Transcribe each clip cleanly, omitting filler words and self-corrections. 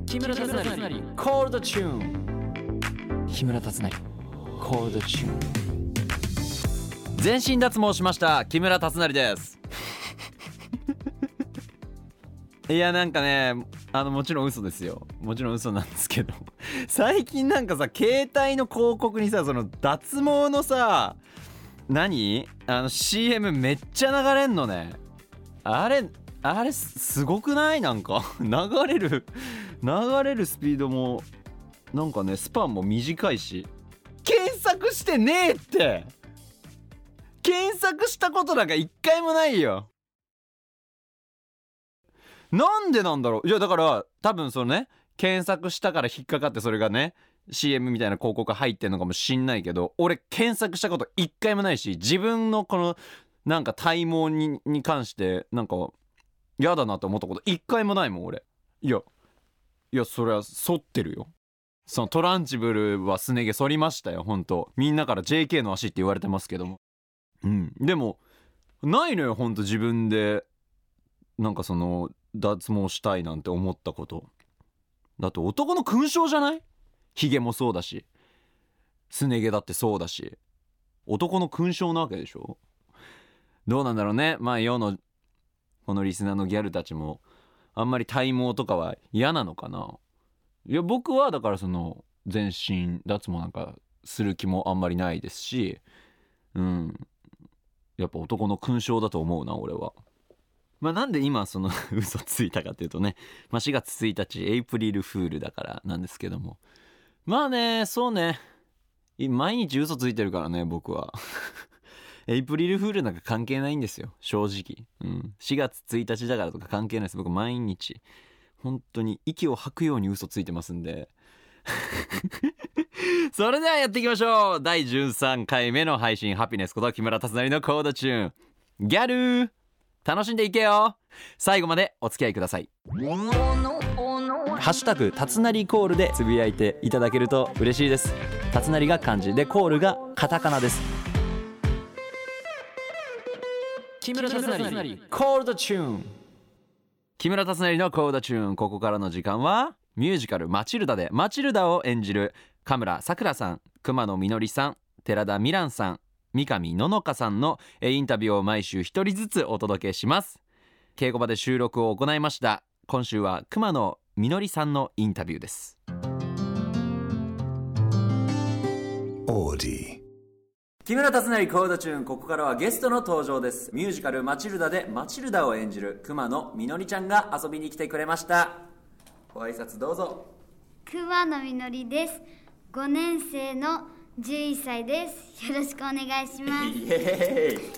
木村達成コールドチューン。木村達成コールドチューン。全身脱毛しました木村達成ですいやなんかねもちろん嘘ですよ。もちろん嘘なんですけど最近なんかさ携帯の広告にさその脱毛のさCM めっちゃ流れんのね。あれすごくない？なんか流れるスピードもなんかねスパンも短いし、検索してねえって。検索したことなんか一回もないよ。なんでなんだろう。いやだから多分そのね検索したから引っかかってそれがね CM みたいな広告入ってんのかもしんないけど、俺検索したこと一回もないし、自分のこのなんか体毛に関してなんか嫌だなと思ったこと一回もないもん俺。いやそれは剃ってるよ。そのトランチブルはすね毛剃りましたよ。本当みんなから JK の足って言われてますけども、でもないのよほんと自分でなんかその脱毛したいなんて思ったこと。だって男の勲章じゃない？ヒゲもそうだしすね毛だってそうだし男の勲章なわけでしょ。どうなんだろうね。まあ世のこのリスナーのギャルたちもあんまり体毛とかは嫌なのかな。いや僕はだからその全身脱毛なんかする気もあんまりないですし、やっぱ男の勲章だと思うな俺は。まあなんで今その嘘ついたかっていうとね、4月1日エイプリルフールだからなんですけども、まあねそうね毎日嘘ついてるからね僕はエイプリルフールなんか関係ないんですよ正直。4月1日だからとか関係ないです。僕毎日本当に息を吐くように嘘ついてますんでそれではやっていきましょう。第13回目の配信、ハピネスこと木村達成のコードチューン。ギャルー楽しんでいけよ。最後までお付き合いください。ハッシュタグ達成コールでつぶやいていただけると嬉しいです。達成が漢字でコールがカタカナです。木村達成コールドチューン。木村達成のコードチューン。ここからの時間はミュージカルマチルダでマチルダを演じる神村さくらさん、熊野みのりさん、寺田美蘭さん、三上ののかさんのインタビューを毎週一人ずつお届けします。稽古場で収録を行いました。今週は熊野みのりさんのインタビューです。オーディ木村達成コードチューン。ここからはゲストの登場です。ミュージカルマチルダでマチルダを演じる熊野みのりちゃんが遊びに来てくれました。ご挨拶どうぞ。 熊野みのりです。5年生の11歳です。よろしくお願いします。 イエーイ。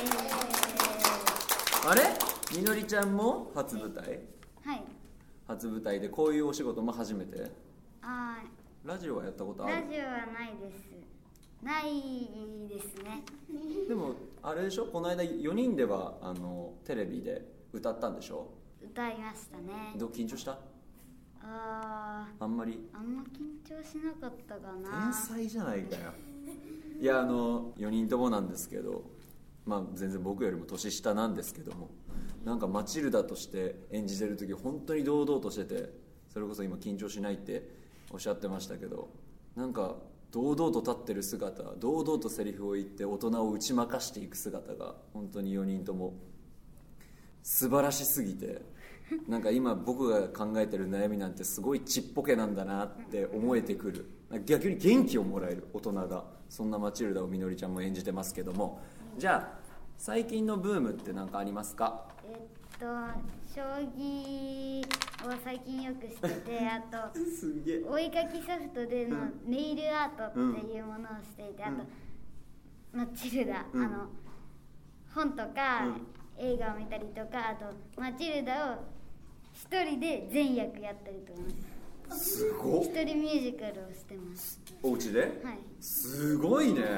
あれみのりちゃんも初舞台？ はい。 初舞台でこういうお仕事も初めて？ラジオはやったことある？ ラジオはないです。ないですね。 でもあれでしょ、この間4人ではテレビで歌ったんでしょ？ 歌いましたね。 どう緊張した？あんまり？ あんま緊張しなかったかな。 天才じゃないかよ。いや4人ともなんですけど、まあ全然僕よりも年下なんですけども、なんかマチルダとして演じてる時本当に堂々としてて、それこそ今緊張しないっておっしゃってましたけど、なんか堂々と立ってる姿、堂々とセリフを言って大人を打ち負かしていく姿が本当に4人とも素晴らしすぎて、なんか今僕が考えてる悩みなんてすごいちっぽけなんだなって思えてくる。逆に元気をもらえる大人が、そんなマチルダをみのりちゃんも演じてますけども、じゃあ最近のブームって何かありますか？ 将棋を最近よくしてて、あとすげえお絵かきソフトでのネイルアートっていうものをしていて、あとマチルダ、本とか、映画を見たりとか、あとマチルダを一人で全役やったりとか。 すごっ。 一人ミュージカルをしてます。 お家で？はい。 すごいね。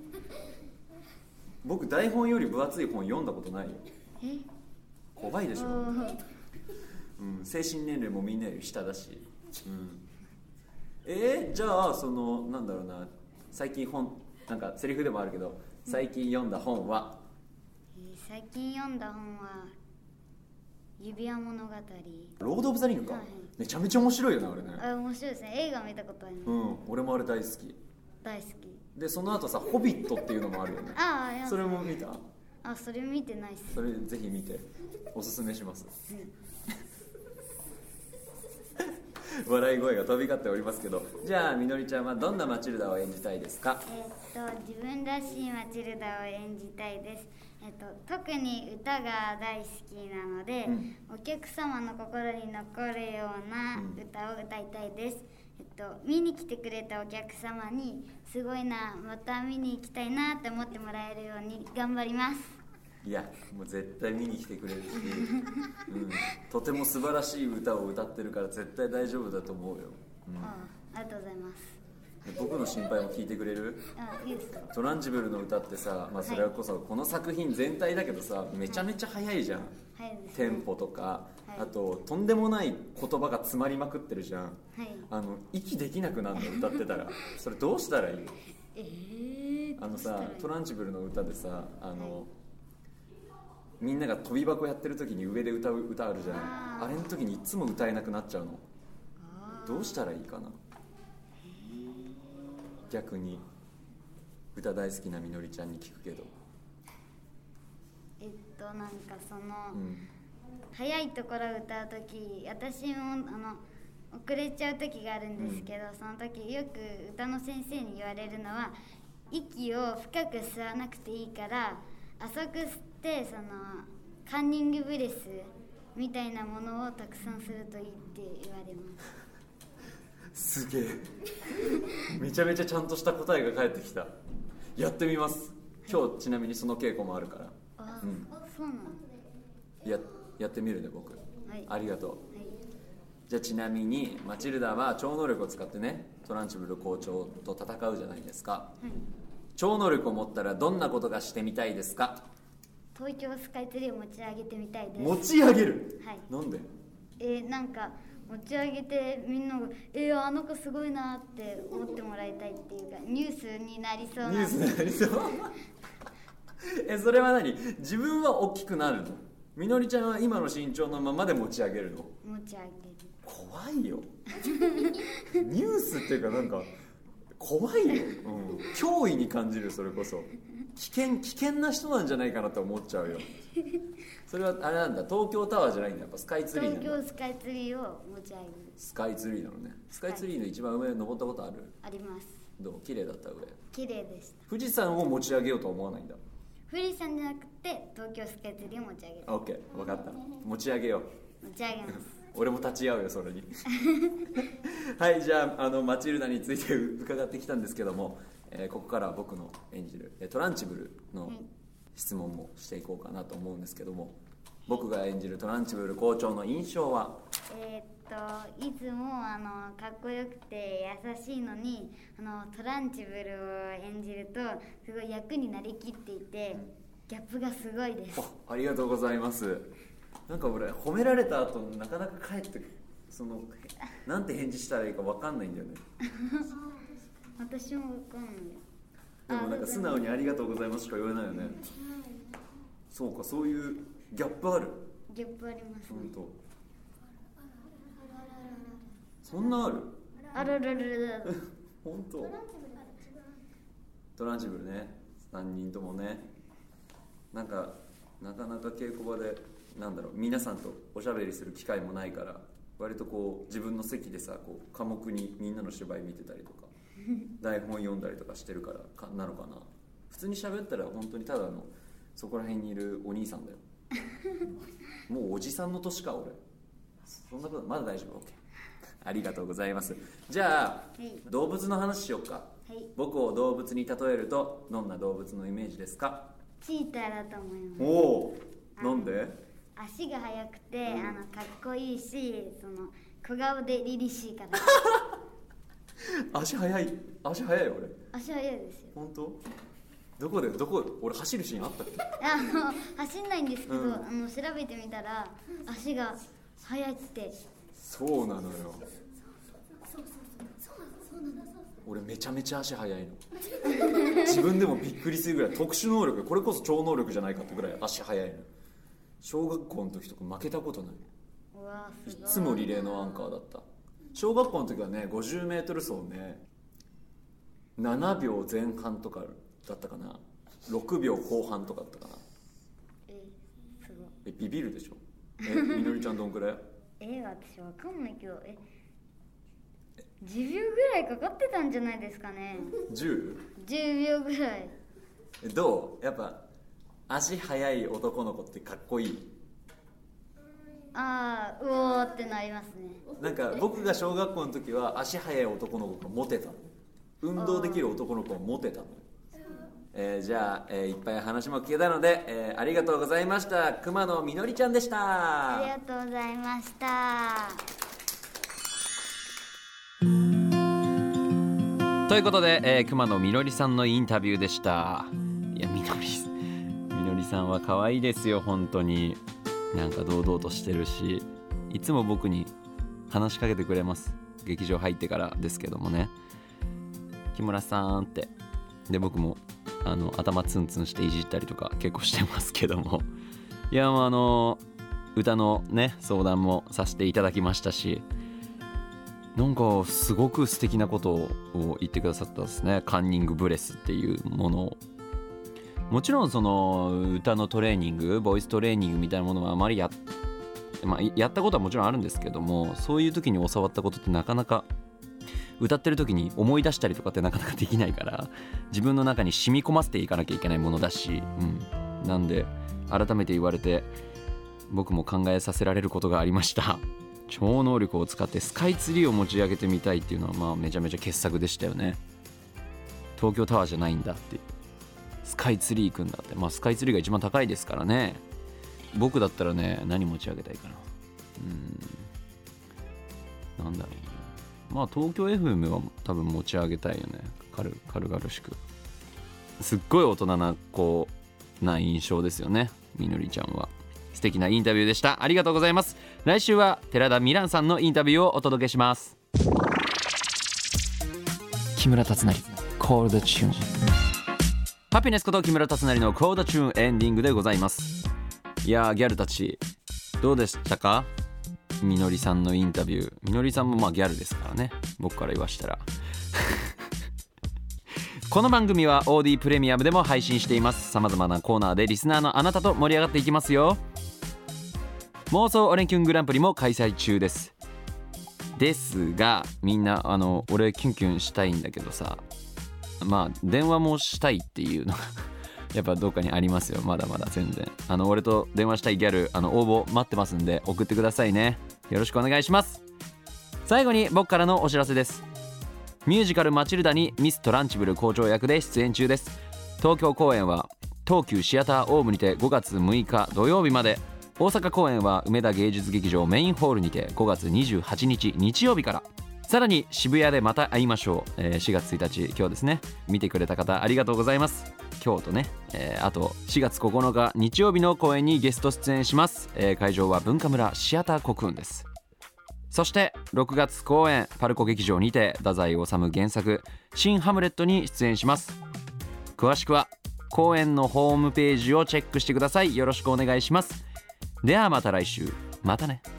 僕台本より分厚い本読んだことないよ。怖いでしょ。精神年齢もみんなより下だし。じゃあそのなんだろうな、最近本なんかセリフでもあるけど、最近読んだ本は？ 最近読んだ本は指輪物語。 ロード・オブ・ザ・リングか、 はい、 めちゃめちゃ面白いよねあれね。 面白いですね。映画見たことあります。 俺もあれ大好き。 大好きでその後さホビットっていうのもあるよね。 あります。 それも見た？ それ見てないっす。 それぜひ見て、おすすめします。笑い声が飛び交っておりますけど、じゃあみのりちゃんはどんなマチルダを演じたいですか？ 自分らしいマチルダを演じたいです。特に歌が大好きなので、お客様の心に残るような歌を歌いたいです。見に来てくれたお客様にすごいな、また見に行きたいなって思ってもらえるように頑張ります。 いやもう絶対見に来てくれるし、とても素晴らしい歌を歌ってるから絶対大丈夫だと思うよ。 ありがとうございます。 僕の心配も聞いてくれる？ いいですか？ トランジブルの歌ってさ、それこそこの作品全体だけどさ、めちゃめちゃ速いじゃん、テンポとか、あととんでもない言葉が詰まりまくってるじゃん、息できなくなるの歌ってたらそれどうしたらいい？トランジブルの歌でさ、みんなが飛び箱やってる時に上で歌う歌あるじゃん。あれの時にいつも歌えなくなっちゃうの。どうしたらいいかな。逆に歌大好きなみのりちゃんに聞くけど、 なんか早いところを歌う時、私も遅れちゃう時があるんですけど、その時よく歌の先生に言われるのは、息を深く吸わなくていいから浅く吸って、カンニングブレスみたいなものをたくさんするといいって言われます。 すげえめちゃめちゃちゃんとした答えが返ってきた。やってみます。今日ちなみにその稽古もあるから。 そうなの？ やってみるね僕。ありがとう。じゃあちなみにマチルダは超能力を使ってね、トランチブル校長と戦うじゃないですか。超能力を持ったらどんなことがしてみたいですか？ 東京スカイツリーを持ち上げてみたいです。 持ち上げる？なんで？ なんか持ち上げてみんながあの子すごいなって思ってもらいたいっていうか、ニュースになりそうな。 ニュースになりそうそれは何？自分は大きくなるの？みのりちゃんは今の身長のままで持ち上げるの？ 持ち上げる。 怖いよニュースっていうかなんか怖いよ、脅威に感じる。それこそ危険な人なんじゃないかなって思っちゃうよ。それはあれなんだ、東京タワーじゃないんだ、やっぱスカイツリーなんだ。 東京スカイツリーを持ち上げる。 スカイツリーなのね。スカイツリーの一番上登ったことある？ あります。 どう？綺麗だった？上綺麗でした。 富士山を持ち上げようとは思わないんだ？ 富士山じゃなくて東京スカイツリーを持ち上げる。 OK 分かった、持ち上げよう。 持ち上げます俺も立ち会うよそれにはい、じゃあマチルダについて伺ってきたんですけども、ここからは僕の演じるトランチブルの質問もしていこうかなと思うんですけども、僕が演じるトランチブル校長の印象は？ いつもかっこよくて優しいのにトランチブルを演じるとすごい役になりきっていて、ギャップがすごいです。 ありがとうございます。なんか俺褒められた後なかなか帰ってなんて返事したらいいか分かんないんだよね私も分かんない。 でもなんか素直にありがとうございますしか言えないよね。そうか、そういうギャップある？ ギャップありますね。 本当？そんなある？ あるあるある本当？トランチブルね、3人ともね、なんかなかなか稽古場で皆さんとおしゃべりする機会もないから、割と自分の席でさ寡黙にみんなの芝居見てたりとか台本読んだりとかしてるからなのかな。普通に喋ったら本当にただのそこら辺にいるお兄さんだよもうおじさんの年か俺。そんなことまだ大丈夫。 OK ありがとうございます。じゃあ、動物の話しよっか。僕を動物に例えるとどんな動物のイメージですか？ チーターだと思います。 おお、なんで？ 足が速くて、かっこいいし、小顔で凛々しいから足速い俺。 足速いですよ。 本当？どこ俺走るシーンあったっけ？ 走んないんですけど、調べてみたら足が速いって。 そうなのよ。俺めちゃめちゃ足速いの自分でもびっくりするぐらい特殊能力、これこそ超能力じゃないかってぐらい足速いの。 小学校の時とか負けたことない。 うわすごい。 いつもリレーのアンカーだった。小学校の時はね 50m 走ね7秒前半とかだったかな、6秒後半とかだったかな。 すごい。 ビビるでしょ。みのりちゃんどんくらい？ 私わかんないけど10秒ぐらいかかってたんじゃないですかね。 10 秒ぐらい。 どう？やっぱ足速い男の子ってかっこいい？ うおーってなりますね。 なんか僕が小学校の時は足速い男の子がモテたの。運動できる男の子がモテたの。じゃあ、いっぱい話も聞けたので、ありがとうございました。熊野みのりちゃんでした。 ありがとうございました。 ということで、熊野みのりさんのインタビューでした。いやみのりさんは可愛いですよ本当に。なんか堂々としてるし、いつも僕に話しかけてくれます。劇場入ってからですけどもね、木村さんって。で僕も頭ツンツンしていじったりとか結構してますけども、いや歌のね相談もさせていただきましたし、なんかすごく素敵なことを言ってくださったですね。カンニングブレスっていうものを、もちろんその歌のトレーニング、ボイストレーニングみたいなものはあまりやったことはもちろんあるんですけども、そういう時に教わったことってなかなか歌ってる時に思い出したりとかってなかなかできないから、自分の中に染み込ませていかなきゃいけないものだし、なんで改めて言われて僕も考えさせられることがありました。超能力を使ってスカイツリーを持ち上げてみたいっていうのはめちゃめちゃ傑作でしたよね。東京タワーじゃないんだっていう、スカイツリー行くんだって。スカイツリーが一番高いですからね。僕だったらね何持ち上げたいかな。なんだろう、東京 FM は多分持ち上げたいよね。軽々しく。すっごい大人な子な印象ですよね、みのりちゃんは。素敵なインタビューでした。ありがとうございます。来週は寺田美蘭さんのインタビューをお届けします。木村達成コールドチューン。ハピネスこと木村達成のコールドチューンエンディングでございます。いやーギャルたちどうでしたか？みのりさんのインタビュー。みのりさんもギャルですからね、僕から言わしたらこの番組は OD プレミアムでも配信しています。様々なコーナーでリスナーのあなたと盛り上がっていきますよ。妄想オレンキュングランプリも開催中ですが、みんな俺キュンキュンしたいんだけどさ、電話もしたいっていうのがやっぱどっかにありますよ。まだまだ全然俺と電話したいギャル応募待ってますんで送ってくださいね。よろしくお願いします。最後に僕からのお知らせです。ミュージカルマチルダにミス・トランチブル校長役で出演中です。東京公演は東急シアターオームにて5月6日土曜日まで、大阪公演は梅田芸術劇場メインホールにて5月28日日曜日から、さらに渋谷でまた会いましょう、4月1日今日ですね。見てくれた方ありがとうございます。今日とね、あと4月9日日曜日の公演にゲスト出演します。会場は文化村シアターコクーンです。そして6月公演パルコ劇場にて太宰治原作新ハムレットに出演します。詳しくは公演のホームページをチェックしてください。よろしくお願いします。ではまた来週。またね。